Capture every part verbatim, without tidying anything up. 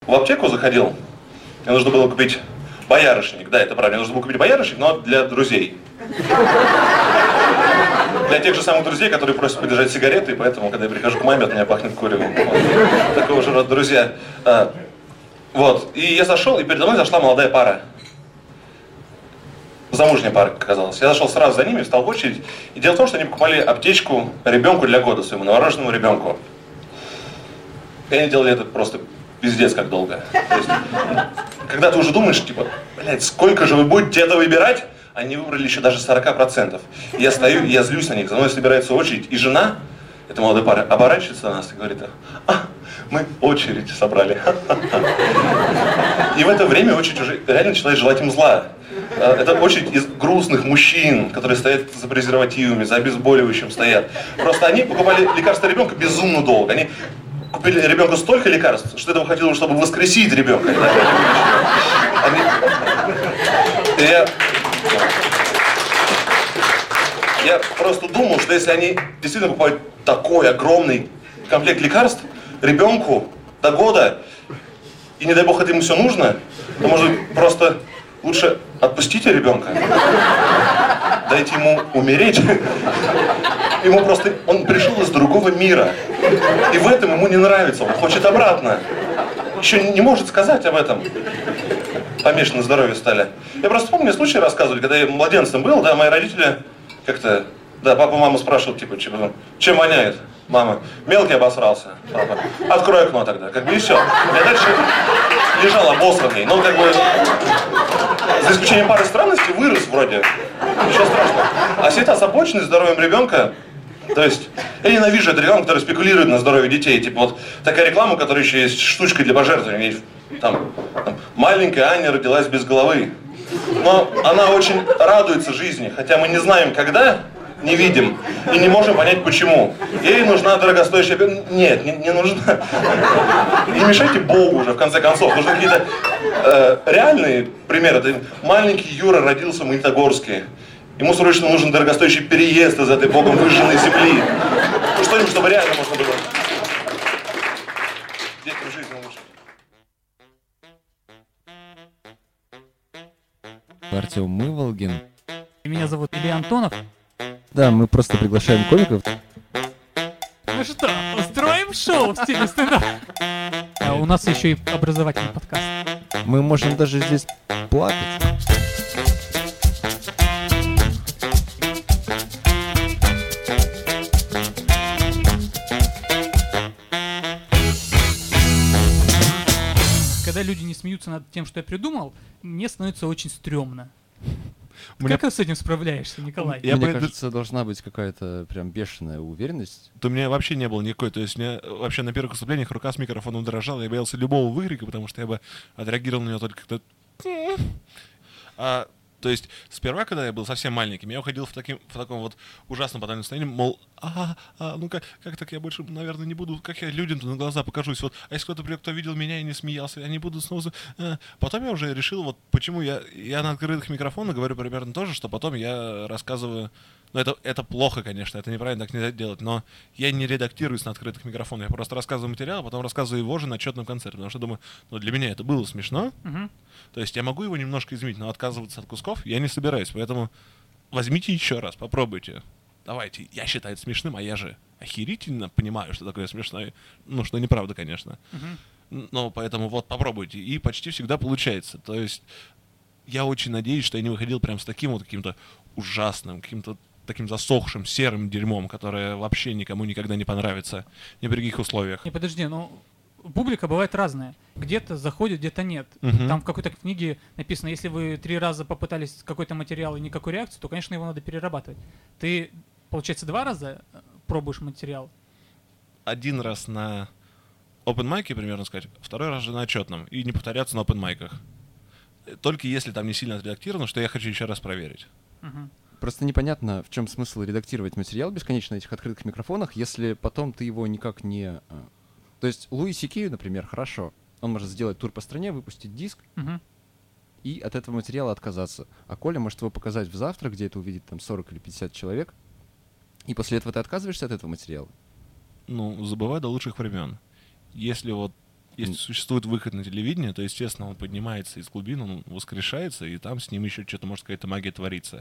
в аптеку заходил, мне нужно было купить боярышник, да, это правильно, мне нужно было купить боярышник, но для друзей. Для тех же самых друзей, которые просят подержать сигареты, и поэтому, когда я прихожу к маме, от меня пахнет куревом. Вот. Такого же рода друзья. А, вот, и я зашел, и передо мной зашла молодая пара. Замужняя пара оказалась. Я зашел сразу за ними, встал в очередь. И дело в том, что они покупали аптечку ребенку для года, своему новорожденному ребенку. И они делали это просто пиздец как долго. То есть, когда ты уже думаешь, типа, блядь, сколько же вы будете это выбирать? Они выбрали еще даже сорок процентов. И я стою, и я злюсь на них, за мной собирается очередь. И жена, эта молодая пара, оборачивается на нас и говорит: а, мы очередь собрали. И в это время очередь уже реально начинает желать им зла. Это очередь из грустных мужчин, которые стоят за презервативами, за обезболивающим стоят. Просто они покупали лекарства ребенка безумно долго. Они купили ребенку столько лекарств, что этого хватило, чтобы воскресить ребенка. Они... Я... Я просто думал, что если они действительно покупают такой огромный комплект лекарств ребенку до года, и не дай бог это ему все нужно, то может просто лучше отпустите ребенка, дайте ему умереть. Ему просто, он пришел из другого мира, и в этом ему не нравится, он хочет обратно. Еще не может сказать об этом. Помешаны на здоровье стали. Я просто помню, случай рассказывали, когда я младенцем был, да, мои родители как-то, да, папа, маму спрашивают, типа, чем, чем воняет? Мама: мелкий обосрался. Папа: открой окно тогда. Как бы и все. Я дальше лежал обосранный, но как бы, за исключением пары странностей, вырос вроде. Ничего страшного. А все это озабоченность здоровьем ребенка. То есть, я ненавижу эту рекламу, которая спекулирует на здоровье детей. Типа вот такая реклама, у которой еще есть штучка для пожертвования. Там, там, маленькая Аня родилась без головы. Но она очень радуется жизни, хотя мы не знаем, когда, не видим и не можем понять, почему. Ей нужна дорогостоящая... Нет, не, не нужна. Не мешайте Богу уже, в конце концов. Нужны какие-то э, реальные примеры. Это маленький Юра родился в Магнитогорске. Ему срочно нужен дорогостоящий переезд из этой богом выжженной земли. Ну, что-нибудь, чтобы реально можно было детям жизнь улучшить. Артем Мыволгин. Меня зовут Илья Антонов. Да, мы просто приглашаем комиков. Ну что, устроим шоу в стиле стендап? А у нас еще и образовательный подкаст. Мы можем даже здесь плакать. Когда люди не смеются над тем, что я придумал, мне становится очень стрёмно. Мне... Как ты с этим справляешься, Николай? Я Мне бы... кажется, должна быть какая-то прям бешеная уверенность. То у меня вообще не было никакой. То есть у меня вообще на первых выступлениях рука с микрофоном дрожала. Я боялся любого выкрика, потому что я бы отреагировал на него только как-то... А, то есть сперва, когда я был совсем маленьким, я уходил в, таким, в таком вот ужасном подавленном состоянии, мол, а, а, ну как, как так я больше, наверное, не буду, как я людям-то на глаза покажусь, вот, а если кто-то придет, кто видел меня и не смеялся, я не буду снова... А. Потом я уже решил, вот почему я, я на открытых микрофонах говорю примерно то же, что потом я рассказываю... Ну, это, это плохо, конечно, это неправильно, так нельзя делать, но я не редактируюсь на открытых микрофонах, я просто рассказываю материал, а потом рассказываю его же на отчетном концерте, потому что думаю, ну, для меня это было смешно, Угу. то есть я могу его немножко изменить, но отказываться от кусков я не собираюсь, поэтому возьмите еще раз, попробуйте, давайте, я считаю это смешным, а я же охерительно понимаю, что такое смешное, ну, что неправда, конечно, Угу. но поэтому вот попробуйте, и почти всегда получается, то есть я очень надеюсь, что я не выходил прям с таким вот каким-то ужасным, каким-то таким засохшим, серым дерьмом, которое вообще никому никогда не понравится, ни при каких условиях. Не, подожди, ну, публика бывает разная. Где-то заходит, где-то нет. Мгм. Там в какой-то книге написано, если вы три раза попытались какой-то материал и никакой реакции, то, конечно, его надо перерабатывать. Ты, получается, два раза пробуешь материал? Один раз на open майке, примерно сказать, второй раз же на отчетном, и не повторяться на open майках. Только если там не сильно отредактировано, что я хочу еще раз проверить. Угу. Просто непонятно, в чем смысл редактировать материал бесконечно на этих открытых микрофонах, если потом ты его никак не... То есть Луи Си Кей, например, хорошо. Он может сделать тур по стране, выпустить диск Угу. и от этого материала отказаться. А Коля может его показать в завтра, где это увидит там сорок или пятьдесят человек, и после этого ты отказываешься от этого материала. Ну, забывай до лучших времен. Если вот Если существует выход на телевидение, то, естественно, он поднимается из глубин, он воскрешается, и там с ним еще что-то, может, какая-то магия творится.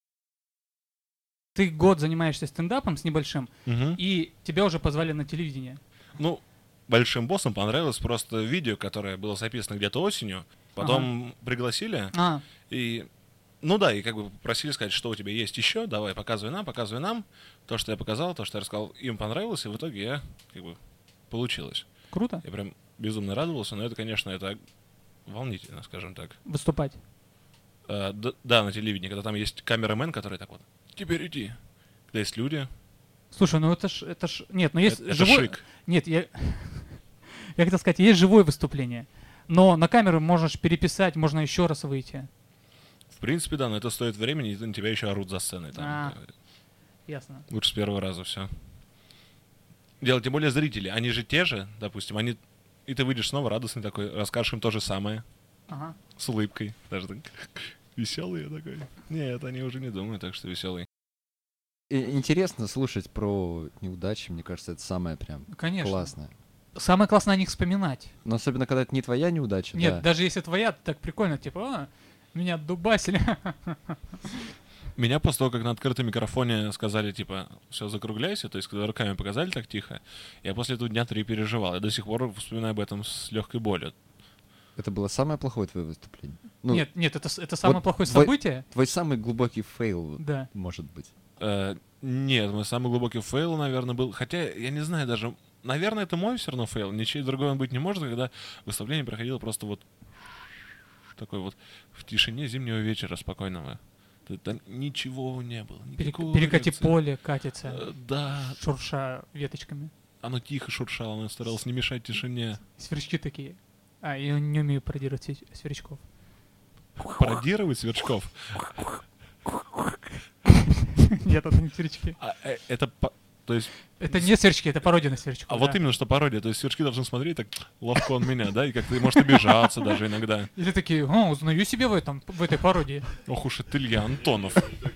Ты год занимаешься стендапом с небольшим, Мгм. и тебя уже позвали на телевидение. Ну, большим боссам понравилось просто видео, которое было записано где-то осенью. Потом пригласили, А, и... Ну да, и как бы попросили сказать, что у тебя есть еще, давай, показывай нам, показывай нам. То, что я показал, то, что я рассказал, им понравилось, и в итоге я, как бы, получилось. круто Я прям безумно радовался, но это, конечно, это волнительно, скажем так. выступать. Э, д- да, на телевидении, когда там есть камерамен, который так вот, теперь иди. Когда есть люди, Слушай, ну это ж, это ж, нет, ну есть это, это живой, шик. нет, я, я хотел сказать, есть живое выступление, но на камеру можно ж переписать, можно еще раз выйти. В принципе, да, но это стоит времени, и на тебя еще орут за сценой. Там, А. э, Ясно. Лучше с первого раза все. Дело, тем более зрители, они же те же, допустим, они... И ты выйдешь снова радостный такой, расскажешь им то же самое, Ага. с улыбкой. Даже так, веселый я такой. Нет, они уже не думают, так что веселый. И интересно слушать про неудачи, мне кажется, это самое прям Конечно. классное. Самое классное о них вспоминать. Но особенно, когда это не твоя неудача, Нет, да. даже если твоя, так прикольно, типа, а, меня дубасили. Меня после того, как на открытом микрофоне сказали, типа, все, закругляйся, то есть, когда руками показали так тихо, я после этого дня три переживал. Я до сих пор вспоминаю об этом с легкой болью. Это было самое плохое твое выступление. Ну, Нет, нет, это, с- это самое вот плохое твой- событие. Твой самый глубокий фейл, Да. может быть. Э, нет, мой самый глубокий фейл, наверное, был... Хотя, я не знаю даже... Наверное, это мой все равно фейл. Ничей другой он быть не может, когда выступление проходило просто вот такой вот в тишине зимнего вечера спокойного. Т- Там ничего не было. Перек- никакого перекати реакции. поле катится, Э, Да, шурша веточками. оно тихо шуршало, оно старалось не мешать тишине. Сверчки такие. А, я не умею пародировать свеч- сверчков. Пародировать сверчков. Нет, это не сверчки. А, э, это... по- То есть... Это не сверчки, это пародия на сверчков. А вот да. именно что пародия. То есть сверчки должны смотреть так ловко он меня, да, и как-то может обижаться даже иногда. Или такие, о, узнаю себе в этом, в этой пародии. Ох уж это Илья Антонов.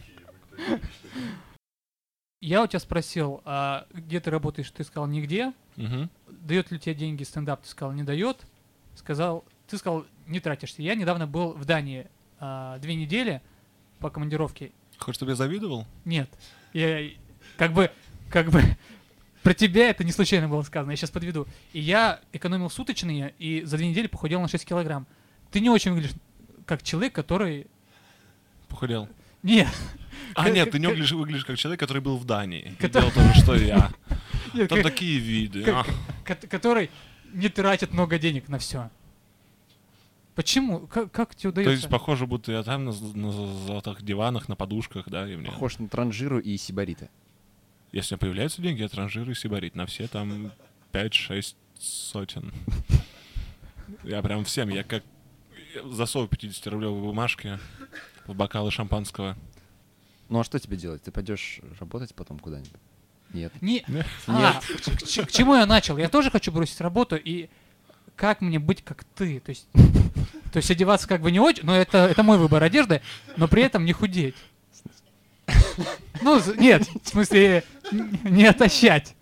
Я у тебя спросил, а где ты работаешь? Ты сказал, нигде. Мгм. Дает ли тебе деньги стендап? Ты сказал, не дает. Сказал, ты сказал, не тратишься. Я недавно был в Дании а, две недели по командировке. Хочешь, чтобы я завидовал? Нет. Я как бы, как бы про тебя это не случайно было сказано. Я сейчас подведу. И я экономил суточные и за две недели похудел на шесть килограмм. Ты не очень выглядишь как человек, который... Похудел. Нет. А, Как- нет, ты не как- выглядишь, выглядишь как человек, который был в Дании. И Который- делал то же, что и я. Нет, Там как- такие виды. как- а. ко- который не тратит много денег на все. Почему? Как, как тебе То удается? есть, похоже, будто я там на, з- на золотых диванах, на подушках, да, и мне... Похож на Транжиру и Сибарита. Если у меня появляются деньги, я транжирую сибарит. На все там пять-шесть сотен. Я прям всем, я как засовываю пятидесятирублевые бумажки в бокалы шампанского. Ну а что тебе делать? Ты пойдешь работать потом куда-нибудь? Нет. Не... Нет. А, к, к- к чему я начал? Я тоже хочу бросить работу, и как мне быть как ты? То есть, то есть одеваться как бы не очень, но это, это мой выбор одежды, но при этом не худеть. Ну, з- нет, в смысле, н- не отощать.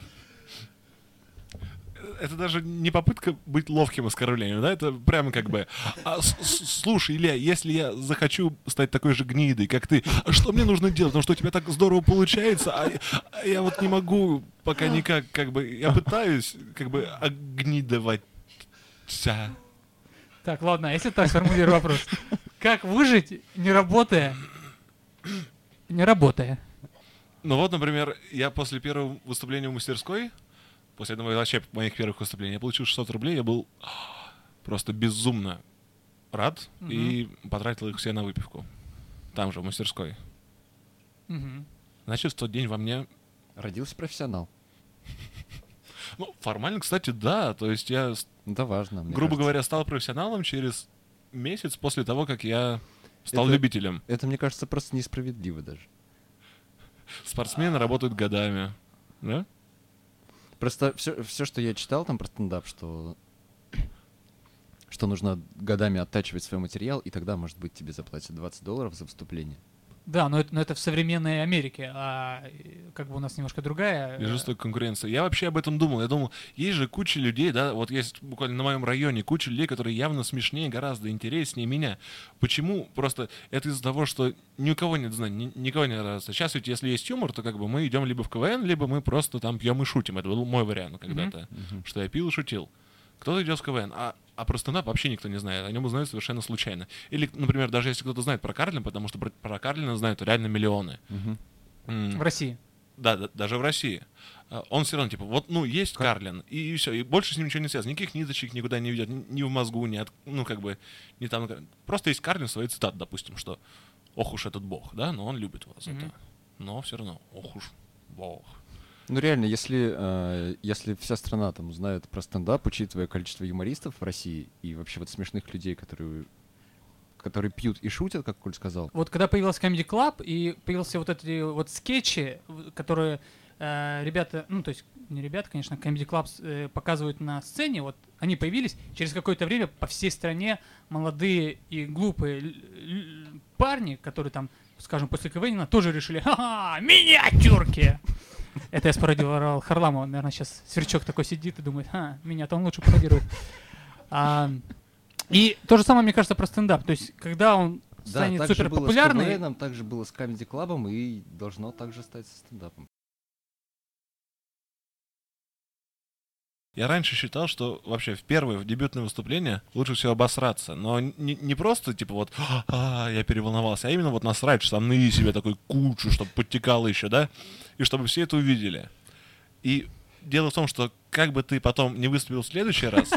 Это даже не попытка быть ловким оскорблением, да? Это прямо как бы... «А, с- с- слушай, Илья, если я захочу стать такой же гнидой, как ты, а что мне нужно делать? Потому что у тебя так здорово получается, а, я- а я вот не могу пока никак, как бы... Я пытаюсь, как бы, огнидовать. Так, ладно, а если так сформулирую вопрос. Как выжить, не работая? Не работая. Ну вот, например, я после первого выступления в мастерской, после одного вообще моих первых выступлений, я получил шестьсот рублей, я был просто безумно рад и потратил их все на выпивку. Там же, в мастерской. Мгм. Значит, в тот день во мне... Родился профессионал. Ну, формально, кстати, да. То есть я, с- Ну, это важно, мне грубо кажется. говоря, стал профессионалом через месяц после того, как я стал Это- любителем. Это, мне кажется, просто несправедливо даже. Спортсмены работают годами. Да? Просто все, все, что я читал там про стендап, что что нужно годами оттачивать свой материал, и тогда, может быть, тебе заплатят двадцать долларов за выступление. Да, но это, но это в современной Америке, а э, как бы у нас немножко другая. И э, жестокая конкуренция. Я вообще об этом думал. Я думал, есть же куча людей, да, вот есть буквально на моем районе куча людей, которые явно смешнее, гораздо интереснее меня. Почему? Просто это из-за того, что ни у кого нет знаний, ни- никого не нравится. Сейчас ведь, если есть юмор, то как бы мы идем либо в КВН, либо мы просто там пьем и шутим. Это был мой вариант когда-то, что я пил и шутил. Кто-то идет в КВН, а, а про стендап вообще никто не знает. О нем узнают совершенно случайно. Или, например, даже если кто-то знает про Карлина, потому что про, про Карлина знают реально миллионы. Мгм. М, В России. Да, да, даже в России. А, Он все равно, типа, вот, ну, есть Как? Карлин, и, все, и больше с ним ничего не связано. Никаких ниточек никуда не ведет, ни ни в мозгу, ни от, ну, как бы, не там. Просто есть Карлин свои цитаты, допустим, что ох уж этот бог, да, но он любит вас за Мгм. это. Но все равно, ох уж бог. Ну реально, если, э, если вся страна там узнает про стендап, учитывая количество юмористов в России и вообще вот смешных людей, которые, которые пьют и шутят, как Коль сказал. Вот когда появился Comedy Club и появился вот эти вот скетчи, в- которые э, ребята, ну то есть не ребята, конечно, Comedy Club э, показывают на сцене, вот они появились, через какое-то время по всей стране молодые и глупые л- л- парни, которые там, скажем, после КВН тоже решили, ха-ха, миниатюрки! Это я спародировал Харламова, наверное, сейчас Сверчок такой сидит и думает, а, меня-то он лучше пародирует. А, и то же самое, мне кажется, про стендап. То есть, когда он Да, станет так же супер было с популярный, КВНом, так же было с Comedy Club'ом и должно также стать со стендапом. Я раньше считал, что вообще в первое, в дебютное выступление лучше всего обосраться. Но не, не просто, типа, вот, а, я переволновался, а именно вот насрать штаны себе такой кучу, чтобы подтекало еще, да? И чтобы все это увидели. И дело в том, что как бы ты потом не выступил в следующий раз,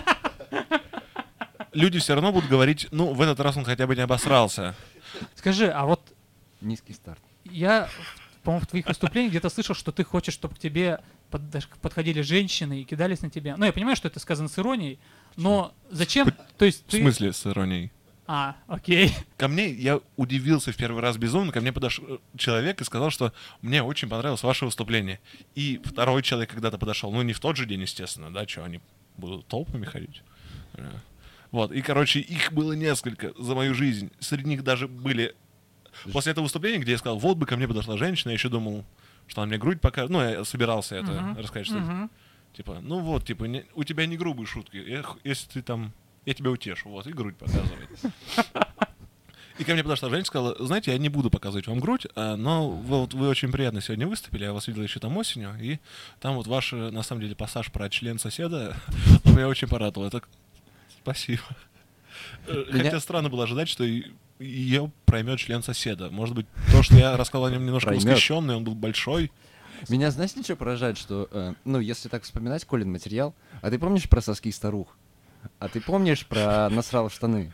люди все равно будут говорить, ну, в этот раз он хотя бы не обосрался. скажи, а вот Низкий старт. я, по-моему, в твоих выступлениях где-то слышал, что ты хочешь, чтобы к тебе под- подходили женщины и кидались на тебя. Ну, я понимаю, что это сказано с иронией, но зачем? То есть В ты... смысле, с иронией? А, окей. Ко мне, я удивился в первый раз безумно, ко мне подошел человек и сказал, что мне очень понравилось ваше выступление. И второй человек когда-то подошел, ну не в тот же день, естественно, да, что они будут толпами ходить. Э, Вот, и, короче, их было несколько за мою жизнь. Среди них даже были... После этого выступления, где я сказал, вот бы ко мне подошла женщина, я еще думал, что она мне грудь покажет. Ну, я собирался это Мгм. рассказать, что Мгм. типа, ну вот, типа, не- у тебя не грубые шутки. Я х- если ты там, я тебя утешу, вот, и грудь показывает. И ко мне подошла женщина и сказала, знаете, я не буду показывать вам грудь, а, но вы, вот, вы очень приятно сегодня выступили, я вас видел еще там осенью, и там вот ваш, э, на самом деле, пассаж про член соседа, он меня очень порадовал. Это... Спасибо. Э, Меня- Хотя странно было ожидать, что и- ее проймет член соседа. Может быть, то, что я рассказал о нем немножко Проймет. восхищенный, он был большой. Меня, знаете, что поражает, что, э, ну, если так вспоминать Колин материал, а ты помнишь про соски старух? А ты помнишь про насрал в штаны?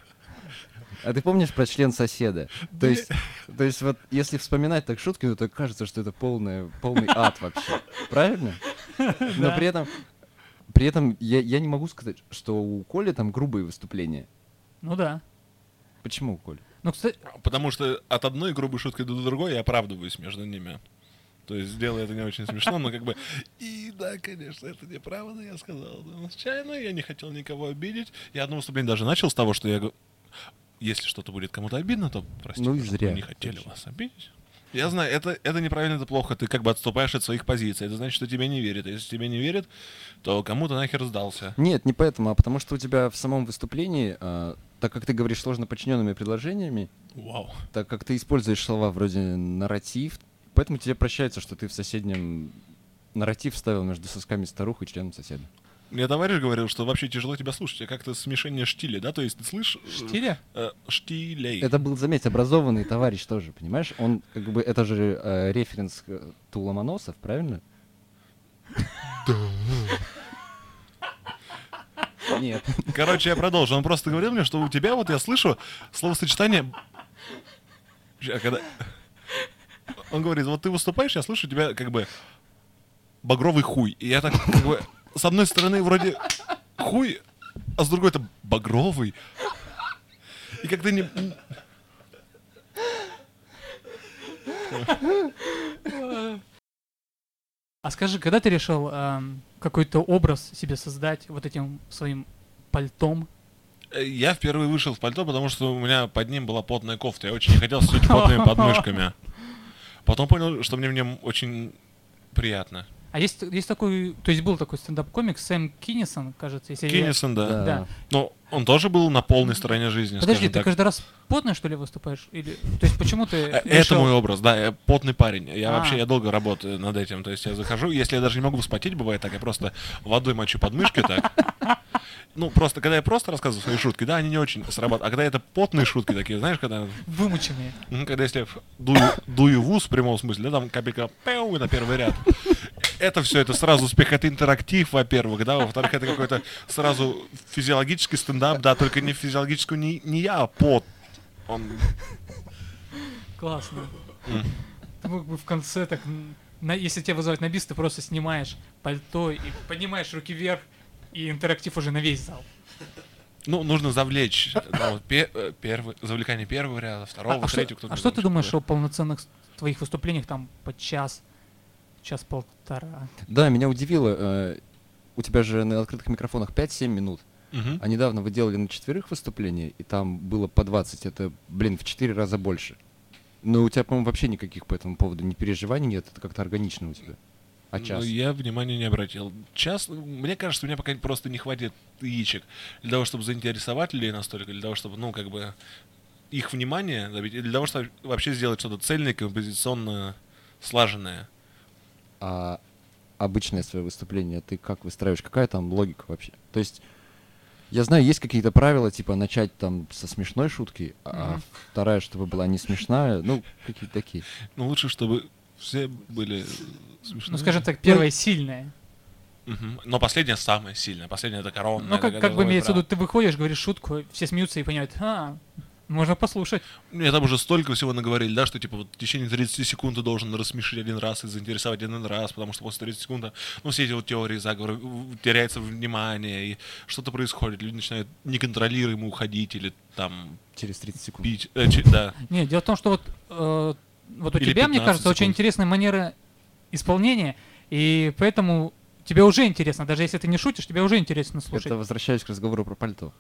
А ты помнишь про член соседа? То есть, то есть вот если вспоминать так шутки, ну, то кажется, что это полное, полный ад вообще. Правильно? Но при этом, при этом я, я не могу сказать, что у Коли там грубые выступления. Ну да. Почему, Коля? Ну, кстати, Потому что от одной грубой шутки до другой я оправдываюсь между ними. То есть делаю это не очень смешно, но как бы... И да, конечно, это неправда, я сказал. Да, случайно, я не хотел никого обидеть. Я одно выступление даже начал с того, что я говорю, если что-то будет кому-то обидно, то простите, Ну и пожалуйста, зря. мы не хотели вас обидеть. Я знаю, это, это неправильно, это плохо. Ты как бы отступаешь от своих позиций. Это значит, что тебе не верят. А если тебе не верят, то кому-то нахер сдался. Нет, не поэтому, а потому что у тебя в самом выступлении, а, так как ты говоришь сложно подчиненными предложениями, Вау. так как ты используешь слова вроде нарратив, поэтому тебе прощается, что ты в соседнем нарратив вставил между сосками старух и членом соседа. Мне товарищ говорил, что вообще тяжело тебя слушать, а как-то смешение штиля, да? То есть ты слышишь... э, штиля? э, штилей. Это был, заметь, образованный товарищ тоже, понимаешь? Он, как бы, это же э, референс к Ту Ломоносов, правильно? Нет. Короче, я продолжу. Он просто говорил мне, что у тебя, вот я слышу словосочетание... А когда... Он говорит, вот ты выступаешь, я слышу у тебя как бы багровый хуй. И я так как бы... С одной стороны вроде хуй, а с другой это багровый. И как-то не... А скажи, когда ты решил эм, какой-то образ себе создать вот этим своим пальтом? Я впервые вышел в пальто, потому что у меня под ним была потная кофта. Я очень не хотел сидеть потными подмышками. Потом понял, что мне в нем очень приятно. А есть, есть такой, то есть был такой стендап-комик Сэм Киннисон, кажется, если я- Киннисон, да. Да. Да. Но он тоже был на полной стороне жизни, Подожди, скажем ты так. каждый раз потный, что ли, выступаешь? Или... То есть почему ты Э, Это решил- мой образ, да, я потный парень. Я А. вообще, я долго работаю над этим. То есть я захожу, если я даже не могу вспотеть, бывает так, я просто водой мочу подмышки так. Ну, просто, когда я просто рассказываю свои шутки, да, они не очень срабатывают. А когда это потные шутки такие, знаешь, когда... Вымученные. Ну, когда если я в- дую, дую в ус в прямом смысле, да, там капелька пэу на первый ряд. Это все, это сразу успех, это интерактив, во-первых, да, во-вторых, это какой-то сразу физиологический стендап, да, только не физиологическую не, не я, а пот. Он... Классно. М. Ты мог бы в конце так, м, на- если тебя вызывают на бис, ты просто снимаешь пальто и поднимаешь руки вверх, и интерактив уже на весь зал. Ну, нужно завлечь. Да, вот пе- э, первый, завлекание первого ряда, второго, а, а что, третьего. кто-то а что там ты думаешь такое. о полноценных с- твоих выступлениях там по час, час-полтора? Да, меня удивило, э, у тебя же на открытых микрофонах пять-семь минут. Мгм. А недавно вы делали на четверых выступление, и там было по двадцать. Это, блин, в четыре раза больше. Но у тебя, по-моему, вообще никаких по этому поводу ни переживаний нет, это как-то органично у тебя. А Ну, час? я внимания не обратил. Час, ну, мне кажется, у меня пока просто не хватит яичек для того, чтобы заинтересовать людей настолько, для того, чтобы, ну, как бы, их внимание добить, и для того, чтобы вообще сделать что-то цельное, композиционно слаженное. А обычное свое выступление ты как выстраиваешь? Какая там логика вообще? То есть, я знаю, есть какие-то правила, типа начать там со смешной шутки, а Мгм. вторая, чтобы была не смешная, ну, какие-то такие. Ну, лучше, чтобы все были смешные. Ну, скажем так, первая сильная. Мгм. Но последняя самая сильная. Последняя это коронная. Ну, как, это как бы годовой имеется в виду, прав. ты выходишь, говоришь шутку, все смеются и понимают, а, можно послушать. Мне там уже столько всего наговорили, да, что типа вот в течение тридцати секунд ты должен рассмешить один раз и заинтересовать один раз, потому что после тридцати секунд, ну, все эти вот теории заговора, в- теряется внимание, и что-то происходит, люди начинают неконтролируемо уходить или там Через тридцать секунд. пить, э, чи- да. Нет, дело в том, что вот, э, вот у Или тебя, мне пятнадцать кажется, очень секунд. интересная манера исполнения, и поэтому тебе уже интересно, даже если ты не шутишь, тебе уже интересно слушать. Это возвращаюсь к разговору про пальто.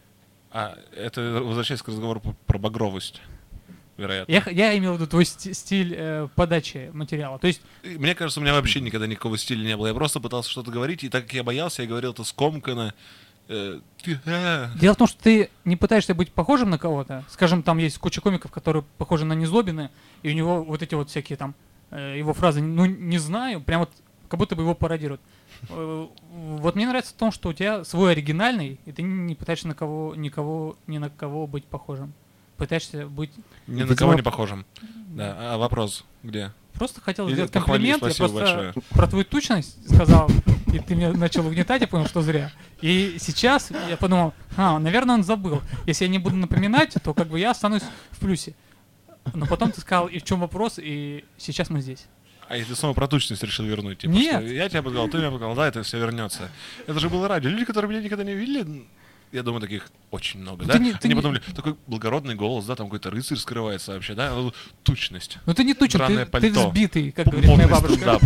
А, это возвращаясь к разговору про, про багровость, вероятно. Я, х- я имел в виду твой сти- стиль э, подачи материала. То есть, И Мне кажется, у меня вообще никогда никакого стиля не было. Я просто пытался что-то говорить, и так как я боялся, я говорил это скомканно. э, ты- а. дело в том, что ты не пытаешься быть похожим на кого-то. Скажем, там есть куча комиков, которые похожи на Незлобина, и у него вот эти вот всякие там э, его фразы, ну, не знаю, прям вот как будто бы его пародируют. Э, Вот мне нравится в том, что у тебя свой оригинальный, и ты не пытаешься на кого, никого, ни на кого быть похожим. Пытаешься быть... Ни на Видимо, кого не похожим. Да, а вопрос где? Просто хотел Или сделать похвалить, комплимент, я спасибо просто большое. про твою тучность сказал, и ты меня начал угнетать, я понял, что зря. И сейчас я подумал, а, наверное, он забыл. Если я не буду напоминать, то как бы я останусь в плюсе. Но потом ты сказал, и в чем вопрос, и сейчас мы здесь. А если снова про тучность решил вернуть? Типа, Нет. что я тебя подгал, ты меня подгал, да, это все вернется. Это же было радио. Люди, которые меня никогда не видели, я думаю, таких очень много, Ты да? не- ты Они не- подумали, такой благородный голос, да, там какой-то рыцарь скрывается вообще, да? Ну, тучность. Ну ты не тучен, Драное ты, ты пальто. взбитый, как П- говорит моя потный бабушка. стендап.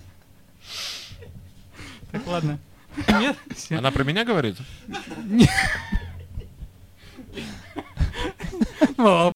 Так, ладно. Нет? Всё. Она про меня говорит? О.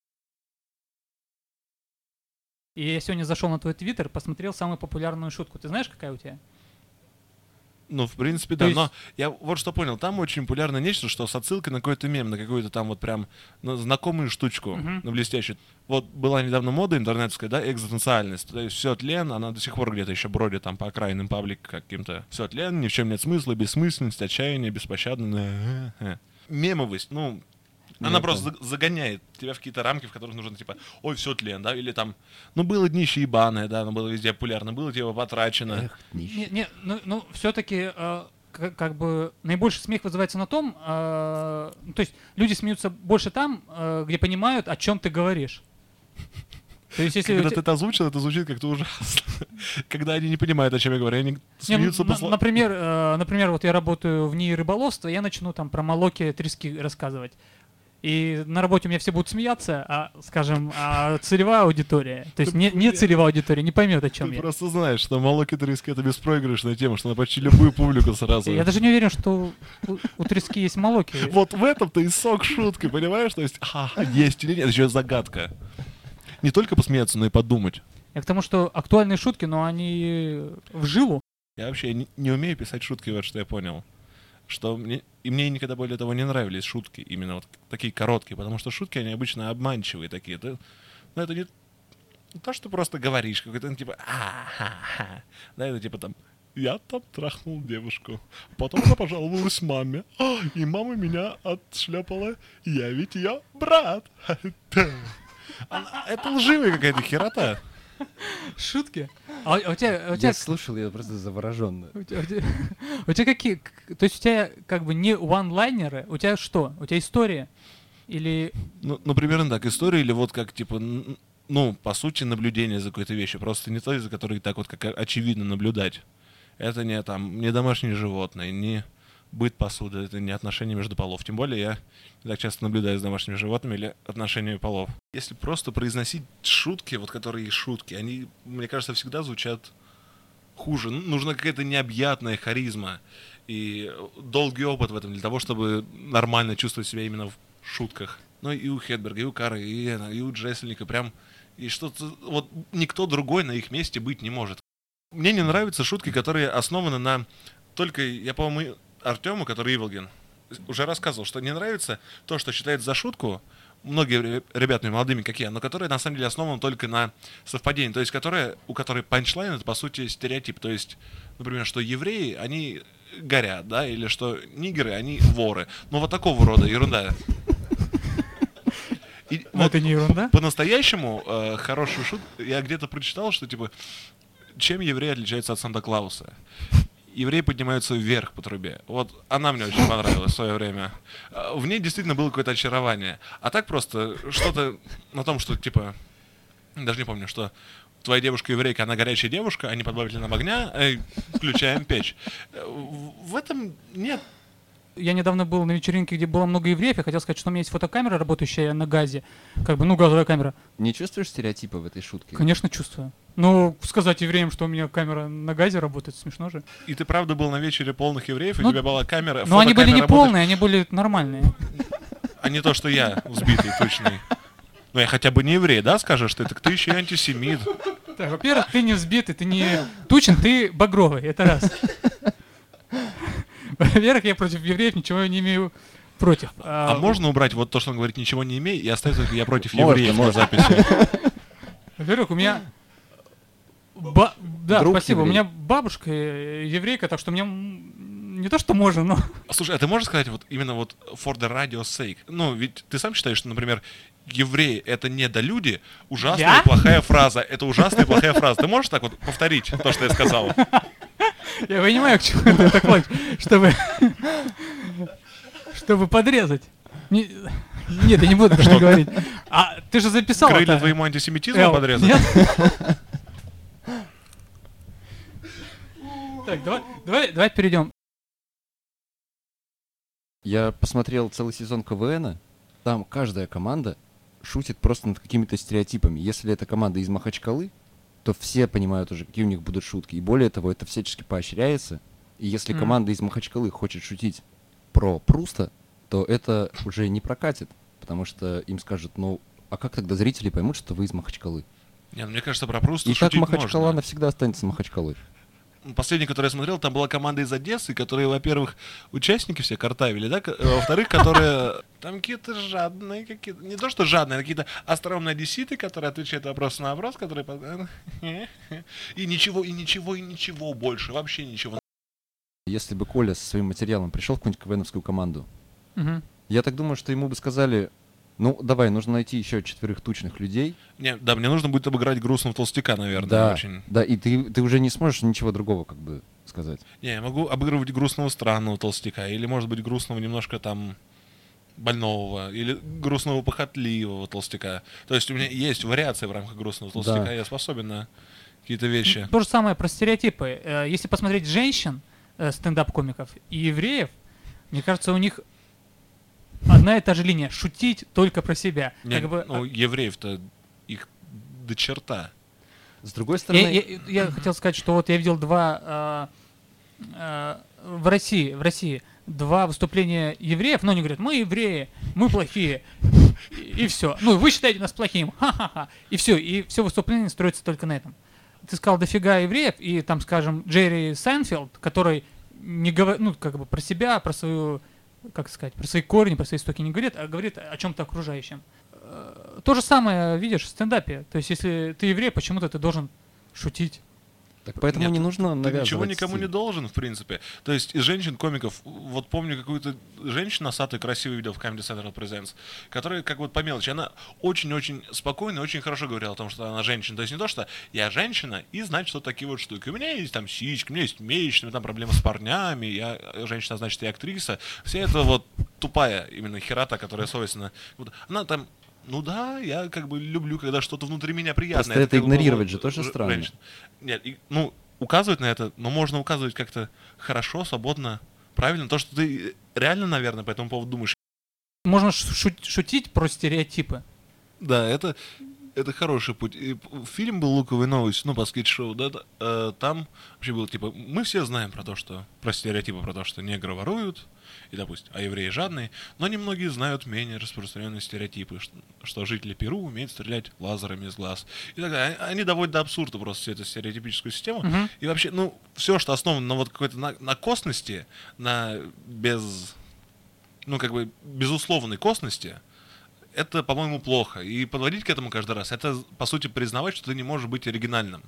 И я сегодня зашел на твой твиттер, посмотрел самую популярную шутку. Ты знаешь, какая у тебя? Ну, в принципе, То да. есть- Но я вот что понял, там очень популярно нечто, что с отсылкой на какой-то мем, на какую-то там вот прям на знакомую штучку, Мгм. на блестящую. Вот была недавно мода интернетская, да, экзистенциальность. То есть все тлен, она до сих пор где-то еще бродит там по окраинным пабликам каким-то. Все тлен, ни в чем нет смысла, бессмысленность, отчаяние, беспощадное. Мемовость, ну, Ну, она это- просто за- загоняет тебя в какие-то рамки, в которых нужно, типа, ой, все тлен, да, или там, ну, было днище ебаное, да, оно было везде популярно, было типа потрачено. Эх, нищий. Не, не, ну, ну все-таки как, как бы наибольший смех вызывается на том, э, ну, то есть люди смеются больше там, э, где понимают, о чем ты говоришь. То есть если у Когда те- ты это озвучил, это звучит как-то ужасно. Когда они не понимают, о чем я говорю, они Не, смеются на- по сло- например, э, например, вот я работаю в НИИ рыболовства, я начну там про молоки, трески рассказывать. И на работе у меня все будут смеяться, а, скажем, а целевая аудитория, то есть не, не целевая аудитория, не поймет, о чем Ты я. просто знаешь, что молоки трески это беспроигрышная тема, что на почти любую публику сразу. Я даже не уверен, что у, у трески есть молоки. Вот в этом-то и сок шутки, понимаешь? То есть, ага, есть или нет, это еще загадка. Не только посмеяться, но и подумать. Я к тому, что актуальные шутки, но они в жилу. Я вообще не, не умею писать шутки, вот что я понял. Что мне, и мне никогда более того не нравились шутки, именно вот такие короткие, потому что шутки, они обычно обманчивые такие. Ты, ну, это не то, что просто говоришь, какой-то, ну, типа, а-ха-ха. Да, это типа там, я там трахнул девушку, потом она пожаловалась маме, а, и мама меня отшляпала, я ведь ее брат. Она- Это лживая какая-то херота. Шутки? А, у а у тебя, а у тебя, Я слушал, я просто завороженно. у тебя, у тебя- у тебя какие, к- то есть у тебя как бы не one-лайнеры, у тебя что? У тебя история? Или Ну, ну, примерно так, история или вот как, типа, н- ну, по сути, наблюдение за какой-то вещью, просто не той, за которой так вот как о- очевидно наблюдать. Это не там, не домашние животные, не быт посуды, это не отношения между полов. Тем более я не так часто наблюдаю за домашними животными или отношениями полов. Если просто произносить шутки, вот которые шутки, они, мне кажется, всегда звучат хуже. Ну, нужна какая-то необъятная харизма и долгий опыт в этом для того, чтобы нормально чувствовать себя именно в шутках. Ну и у Хедберга, и у Кары, и, Эна, и у Джессельника прям... И что-то... Вот никто другой на их месте быть не может. Мне не нравятся шутки, которые основаны на... Только, я, по-моему, Артему, который Иволгин, уже рассказывал, что не нравится то, что считает за шутку многие ре- ребятами молодыми, как я, но которые на самом деле основаны только на совпадении. То есть, которые, у которой панчлайн — это, по сути, стереотип. То есть, например, что евреи, они горят, да, или что нигеры, они воры. Ну, вот такого рода ерунда. И ну, вот это не ерунда? по-настоящему э, хорошую шутку я где-то прочитал, что типа чем евреи отличаются от Санта-Клауса? Евреи поднимаются вверх по трубе. Вот она мне очень понравилась в свое время. Э, В ней действительно было какое-то очарование. А так просто что-то на том, что типа даже не помню, что твоя девушка еврейка, она горячая девушка, они подбавили нам огня, эй, включаем печь. Э, В в этом нет. Я недавно был на вечеринке, где было много евреев. Я хотел сказать, что у меня есть фотокамера, работающая на газе. Как бы, ну, газовая камера. Не чувствуешь стереотипа в этой шутке? Конечно, чувствую. Ну, сказать евреям, что у меня камера на газе работает, смешно же. И ты правда был на вечере полных евреев, и Ну, у тебя была камера. Но они были не фотокамера работающая. полные, они были нормальные. А не то, что я взбитый, точный. Ну я хотя бы не еврей, да, скажешь ты? Так ты еще и антисемит. Так, во-первых, ты не взбитый, ты не тучен, ты багровый, это раз. Во-первых, я против евреев ничего не имею против. А можно убрать вот то, что он говорит, ничего не имей, и оставить только я против Можно, евреев на можно. записи? Во-первых, у меня... ба- Да, Друг спасибо. У еврей. меня бабушка э, еврейка, так что мне м, не то, что можно, но... Слушай, а ты можешь сказать вот именно вот for the radio's sake? Ну, ведь ты сам считаешь, что, например, евреи — это недолюди, ужасная Я? и плохая фраза. Это ужасная и плохая фраза. Ты можешь так вот повторить то, что я сказал? Я понимаю, к чему ты так хочешь, чтобы... Чтобы подрезать. Не- Нет, я не буду даже говорить. А ты же записал Крылья это. твоему антисемитизму Эл, подрезать? нет? Так, давай, давай, давай перейдем. Я посмотрел целый сезон КВНа, там каждая команда шутит просто над какими-то стереотипами. Если это команда из Махачкалы, то все понимают уже, какие у них будут шутки. И более того, это всячески поощряется. И если Мгм. команда из Махачкалы хочет шутить про Пруста, то это уже не прокатит. Потому что им скажут, ну, а как тогда зрители поймут, что вы из Махачкалы? Не, ну, мне кажется, про Пруста И так шутить Махачкала можно. навсегда останется Махачкалой. Последний, который я смотрел, там была команда из Одессы, которые, во-первых, участники все картавили, да, к- э, во-вторых, которые там какие-то жадные, какие-то, не то что жадные, а какие-то остроумные одесситы, которые отвечают вопрос на вопрос, которые... по- И ничего, и ничего, и ничего больше, вообще ничего. Если бы Коля со своим материалом пришел в какую-нибудь КВНовскую команду, Мгм. я так думаю, что ему бы сказали, ну, давай, нужно найти еще четверых тучных людей. Не, да, мне нужно будет обыграть грустного толстяка, наверное, Да, очень. да, и ты, ты уже не сможешь ничего другого как бы сказать. Не, я могу обыгрывать грустного странного толстяка, или, может быть, грустного немножко там больного, или грустного похотливого толстяка. То есть у меня есть вариации в рамках грустного толстяка, Да. я способен на какие-то вещи. То же самое про стереотипы. Э, Если посмотреть женщин, э, стендап-комиков и евреев, мне кажется, у них одна и та же линия. Шутить только про себя. Не, Как бы, ну, евреев-то их до черта. С другой Я, стороны, я- я хотел сказать, что вот я видел два э, э, в России, в России два выступления евреев, но они говорят, мы евреи, мы плохие. И, все. Ну, вы считаете нас плохим. Ха-ха-ха. И все. И все выступление строится только на этом. Ты сказал дофига евреев, и там, скажем, Джерри Сайнфелд, который не говорит, ну, как бы про себя, про свою, как сказать, про свои корни, про свои истоки не говорит, а говорит о чем-то окружающем. Э, То же самое видишь в стендапе. То есть, если ты еврей, почему-то ты должен шутить. Так поэтому Нет, не нужно Ты навязывать ничего никому стиль. не должен, в принципе. То есть из женщин-комиков, вот помню какую-то женщину носатую, красивую видел в Comedy Central Presents, которая как вот по мелочи, она очень-очень спокойно, очень хорошо говорила о том, что она женщина. То есть не то, что я женщина, и значит, что такие вот штуки. У меня есть там сиськи, у меня есть месячные, там проблемы с парнями, я женщина, значит, я актриса. Вся это вот тупая именно херата, которая совестна. Вот, она там ну да, я как бы люблю, когда что-то внутри меня приятное. Просто это как бы, игнорировать вот, же тоже ж- странно. женщина. Нет, и- ну, указывать на это, но можно указывать как-то хорошо, свободно, правильно. То, что ты реально, наверное, по этому поводу думаешь. Можно шу- шутить про стереотипы. Да, это, это хороший путь. И п- фильм был «Луковые новости», ну, по скетч-шоу, да, да, э, там вообще было, типа, мы все знаем про то, что, про стереотипы, про то, что негры воруют, и, допустим, а евреи жадные, но немногие знают менее распространенные стереотипы, что, что жители Перу умеют стрелять лазерами из глаз. И так далее. Они доводят до абсурда просто всю эту стереотипическую систему. Мгм. И вообще, ну, все, что основано на вот какой-то на, на косности, на без, ну, как бы, безусловной косности, это, по-моему, плохо. И подводить к этому каждый раз, это, по сути, признавать, что ты не можешь быть оригинальным.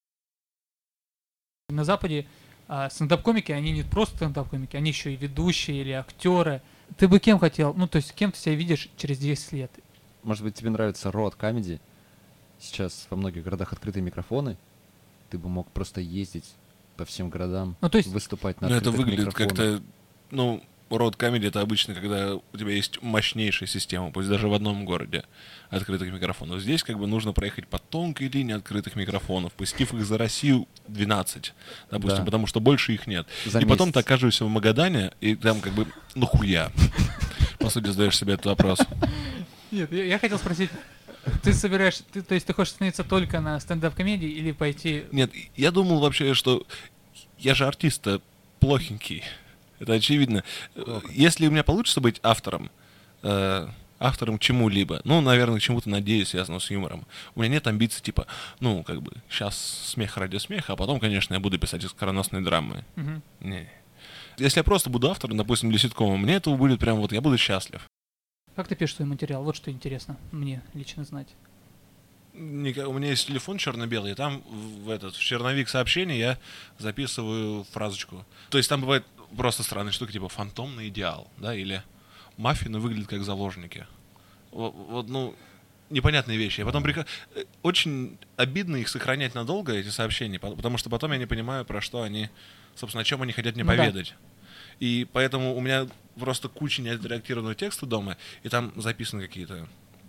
На Западе а, стендап-комики, они не просто стендап-комики, они еще и ведущие или актеры. Ты бы кем хотел? Ну, то есть, кем ты себя видишь через десять лет? Может быть, тебе нравится род комедий? Сейчас во многих городах открытые микрофоны. Ты бы мог просто ездить по всем городам, Ну, то есть, выступать на Но это открытых выглядит микрофонах. как-то, ну, род комедии это обычно, когда у тебя есть мощнейшая система, пусть даже в одном городе открытых микрофонов. Здесь как бы нужно проехать по тонкой линии открытых микрофонов, посетив их за Россию двенадцать, допустим, Да. потому что больше их нет. За и потом месяц. ты окажешься в Магадане, и там как бы, ну хуя? По сути, задаешь себе этот вопрос. нет, я, я хотел спросить, ты собираешься, ты, то есть ты хочешь становиться только на стендап-комедии или пойти... Нет, я думал вообще, что я же артист-то плохенький. Это очевидно. Э, Если у меня получится быть автором, э, автором чему-либо, ну, наверное, к чему-то надеюсь, связанному с юмором. У меня нет амбиций, типа, ну, как бы, сейчас смех ради смеха, а потом, конечно, я буду писать скороносные драмы. Мгм. Не. Если я просто буду автором, допустим, для ситкома, мне этого будет прям вот, я буду счастлив. Как ты пишешь свой материал? Вот что интересно мне лично знать. Ника- У меня есть телефон черно-белый, и там в, в этот в черновик сообщений я записываю фразочку. То есть там бывает просто странные штуки, типа фантомный идеал, да, или маффины выглядят как заложники. Во- Вот, ну, непонятные вещи. Я потом прихожу... Очень обидно их сохранять надолго, эти сообщения, по- потому что потом я не понимаю, про что они, собственно, о чем они хотят мне Ну да. поведать. И поэтому у меня просто куча неотредактированного текста дома, и там записаны какие-то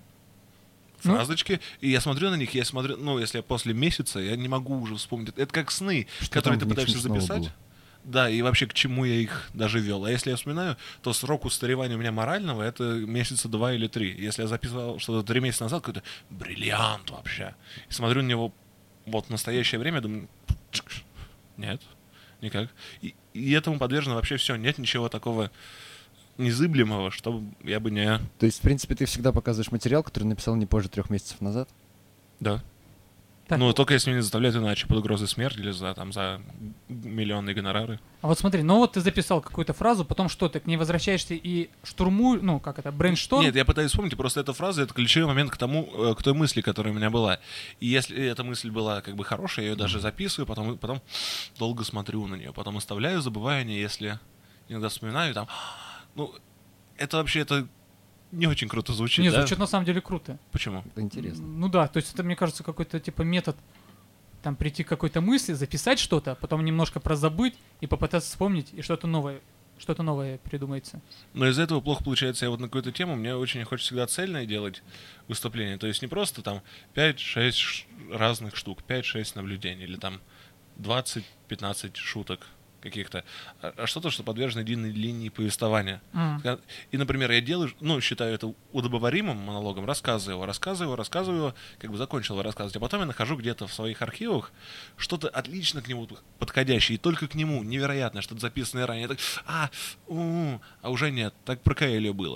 Ну. фразочки, и я смотрю на них, я смотрю, ну, если я после месяца, я не могу уже вспомнить. Это как сны, Что которые там ты в них пытаешься смешного записать. было? Да, и вообще к чему я их даже вел. А если я вспоминаю, то срок устаревания у меня морального это месяца два или три. Если я записывал что-то три месяца назад, какой-то бриллиант вообще. И смотрю на него вот в настоящее время, думаю, нет, никак. И, и этому подвержено вообще все. Нет ничего такого незыблемого, чтобы я бы не... То есть, в принципе, ты всегда показываешь материал, который написал не позже трех месяцев назад? Да. Так, Ну, только если меня заставляют иначе, под угрозой смерти или за, там, за миллионные гонорары. а вот смотри, ну вот ты записал какую-то фразу, потом что, ты к ней возвращаешься и штурмуешь, ну, как это, брейншторм? Нет, я пытаюсь вспомнить, просто эта фраза — это ключевой момент к тому, э, к той мысли, которая у меня была. И если эта мысль была как бы хорошая, я ее даже записываю, потом, потом долго смотрю на нее, потом оставляю, забываю о ней, если иногда вспоминаю, там, ну, это вообще, это не очень круто звучит, Не, да? звучит на самом деле круто. Почему? Это интересно. Ну да, то есть это, мне кажется, какой-то типа метод там прийти к какой-то мысли, записать что-то, потом немножко прозабыть и попытаться вспомнить, и что-то новое, что-то новое придумается. Но из-за этого плохо получается. Я вот на какую-то тему, мне очень хочется всегда цельное делать выступление. То есть не просто там пять-шесть ш- разных штук, пять-шесть наблюдений, или там двадцать-пятнадцать шуток каких-то, а а что-то, что подвержено единой линии повествования. М. Ка- И, например, я делаю, ну, считаю это удобоваримым монологом, рассказываю его, рассказываю его, рассказываю его, как бы закончил его рассказывать, а потом я нахожу где-то в своих архивах что-то отлично к нему подходящее, и только к нему, невероятно, что-то записанное ранее. Я так, а, у, а уже нет, так про Каэлью было.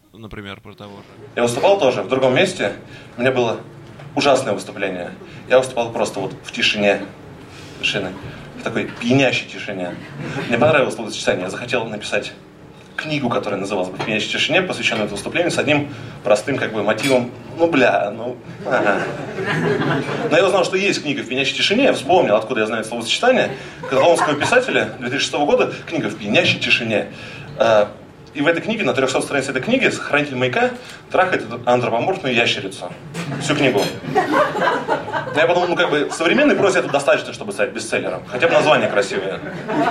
например, про того же? Я выступал тоже в другом месте. У меня было ужасное выступление. Я выступал просто вот в тишине. Тишины. В такой пьянящей тишине. Мне понравилось словосочетание. Я захотел написать книгу, которая называлась бы «В пьянящей тишине», посвященную этому выступлению, с одним простым как бы мотивом. Ну, бля, ну, ага. Но я узнал, что есть книга «В пьянящей тишине», я вспомнил, откуда я знаю это словосочетание. Каталонского писателя две тысячи шестого года, книга «В пьянящей тишине». И в этой книге, на трехсот страницах этой книги, хранитель маяка трахает эту антропоморфную ящерицу. Всю книгу. Я подумал, ну как бы современной прозе это достаточно, чтобы стать бестселлером. Хотя бы название красивое.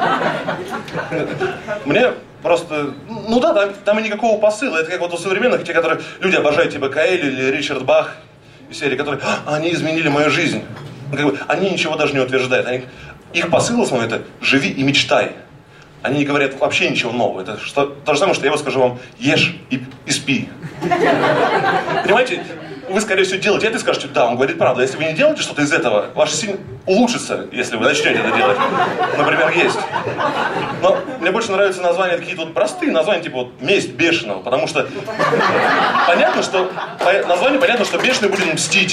Мне просто, ну да, там, там и никакого посыла. Это как вот у современных, те, которые люди обожают, типа Каэль или Ричард Бах из серии, которые, а, они изменили мою жизнь. Ну, как бы, они ничего даже не утверждают. Они, их посыл основной это «живи и мечтай». Они не говорят вообще ничего нового. Это что, то же самое, что я вот скажу вам «ешь и, и спи». Понимаете? Вы, скорее всего, делаете это и скажете, да, он говорит правду. Если вы не делаете что-то из этого, ваша жизнь улучшится, если вы начнете это делать. Например, есть. Но мне больше нравятся названия какие-то вот простые, названия типа вот «месть бешеного», потому что понятно, что по названию понятно, что бешеный будет мстить.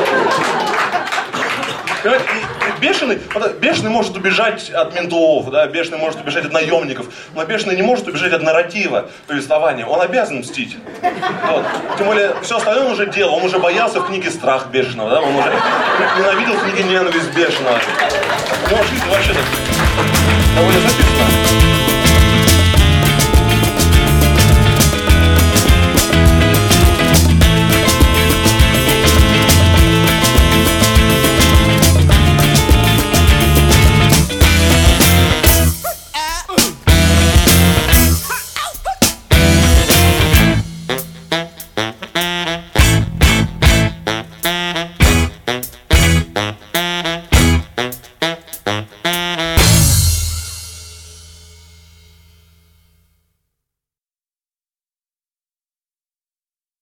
Понимаете, и бешеный, бешеный может убежать от ментов, да, бешеный может убежать от наемников, но бешеный не может убежать от нарратива повествования, он обязан мстить. Вот. Тем более, все остальное он уже делал, он уже боялся в книге «Страх бешеного», да, он уже ненавидел в книге «Ненависть бешеного». У него жизнь вообще так довольно записана.